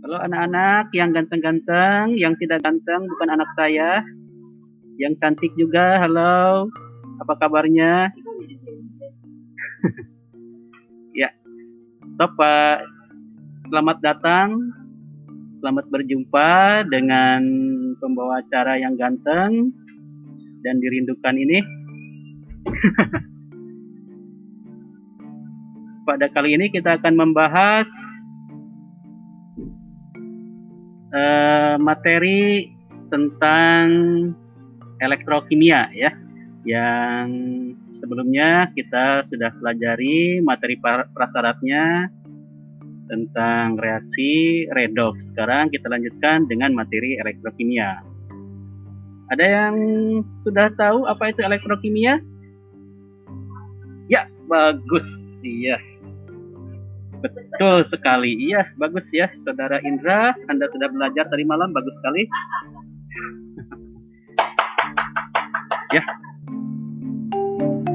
Halo anak-anak yang ganteng-ganteng, yang tidak ganteng bukan anak saya, yang cantik juga, halo. Apa kabarnya? Ya, stop Pak. Selamat datang, selamat berjumpa dengan pembawa acara yang ganteng dan dirindukan ini. Pada kali ini kita akan membahas materi tentang elektrokimia ya, yang sebelumnya kita sudah pelajari materi prasyaratnya tentang reaksi redoks. Sekarang kita lanjutkan dengan materi elektrokimia. Ada yang sudah tahu apa itu elektrokimia? Ya, bagus. Iya, betul sekali. Iya, bagus ya, Saudara Indra. Anda sudah belajar tadi malam, bagus sekali. Ya.